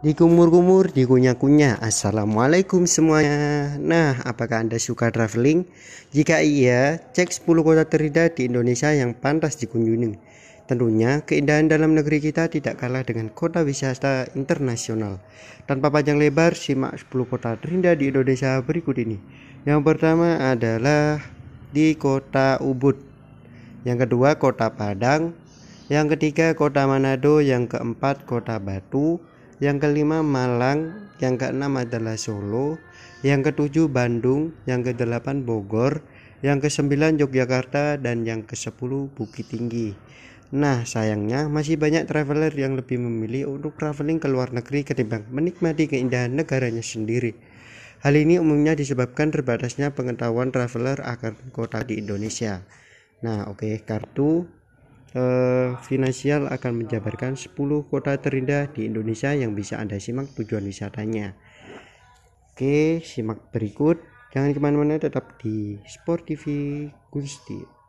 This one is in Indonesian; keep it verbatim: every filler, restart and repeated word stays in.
Dikumur-kumur, dikunyah-kunyah. Assalamualaikum semuanya. Nah, apakah Anda suka traveling? Jika iya, cek sepuluh kota terindah di Indonesia yang pantas dikunjungi. Tentunya, keindahan dalam negeri kita tidak kalah dengan kota wisata internasional. Tanpa panjang lebar, simak sepuluh kota terindah di Indonesia berikut ini. Yang pertama adalah di kota Ubud. Yang kedua, kota Padang. Yang ketiga, kota Manado. Yang keempat, kota Batu. Yang kelima Malang, yang keenam adalah Solo, yang ketujuh Bandung, yang kedelapan Bogor, yang kesembilan Yogyakarta, dan yang kesepuluh Bukit Tinggi. Nah, sayangnya masih banyak traveler yang lebih memilih untuk traveling ke luar negeri ketimbang menikmati keindahan negaranya sendiri. Hal ini umumnya disebabkan terbatasnya pengetahuan traveler akan kota di Indonesia. Nah, oke, okay, kartu Uh, finansial akan menjabarkan sepuluh kota terindah di Indonesia yang bisa Anda simak tujuan wisatanya. Oke, simak berikut. Jangan kemana-mana, tetap di Sport T V Gusti.